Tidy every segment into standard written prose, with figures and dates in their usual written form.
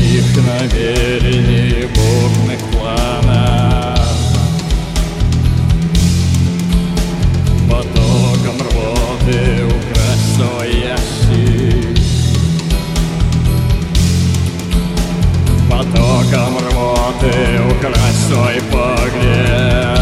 благих намерений, бурных планов. Потоком рвоты украсть свой ящик, потоком рвоты украсть свой погреб.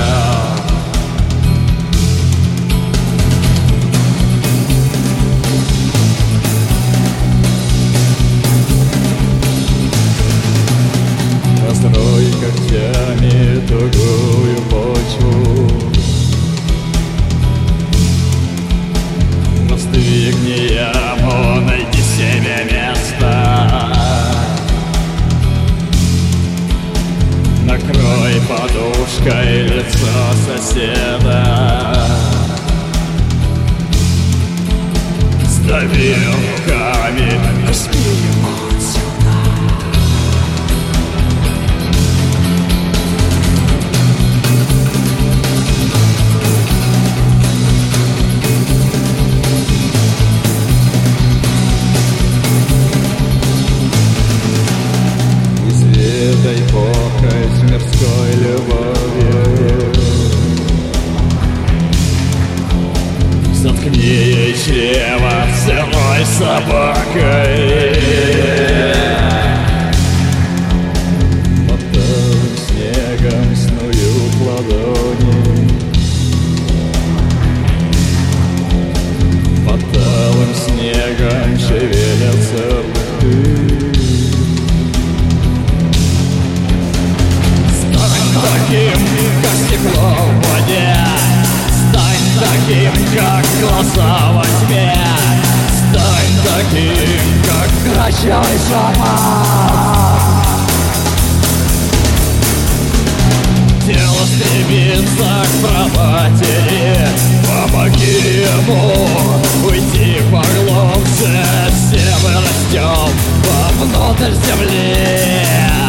Построй когтями тугую почву, воздвигни яму, найди себе место. Накрой подушкой лицо соседа, сдави руками, возьми его отсюда. Изведай похоть мирской любовью, заткни ей чрево сырой собакой. Под талым снегом снуют ладони, под талым снегом шевелятся рты. Таким, как стекло в воде, стань таким, как глаза во тьме, стань таким, как красивый шаман. Тело стремится к праматери, помоги ему уйти поглубже. Все мы растем вовнутрь земли.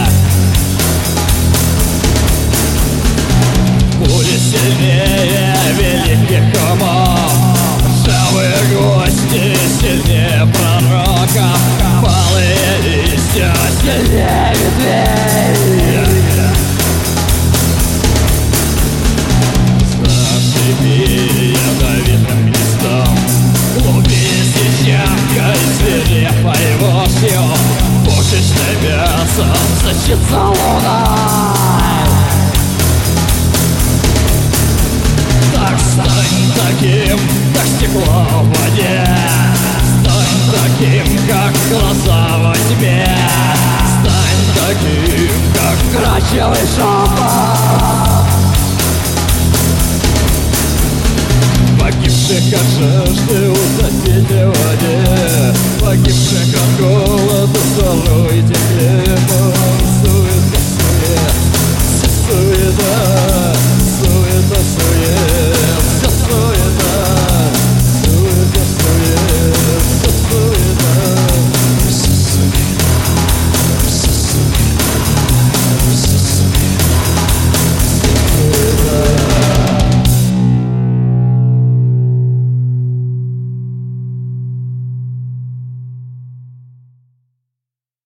Пули сильнее великих умов, ржавые гости сильнее пророков, палые листья сильнее ветвей. Зашиби ядовитым гнездом, клубись ячанкой свирепой вошью, пушечным мясом сочится луной. Стань таким, как стекло в воде, стань таким, как глаза во тьме, стань таким, как красивый шаман. Погибших от жажды утопите в воде, погибших от голода сырой тепле.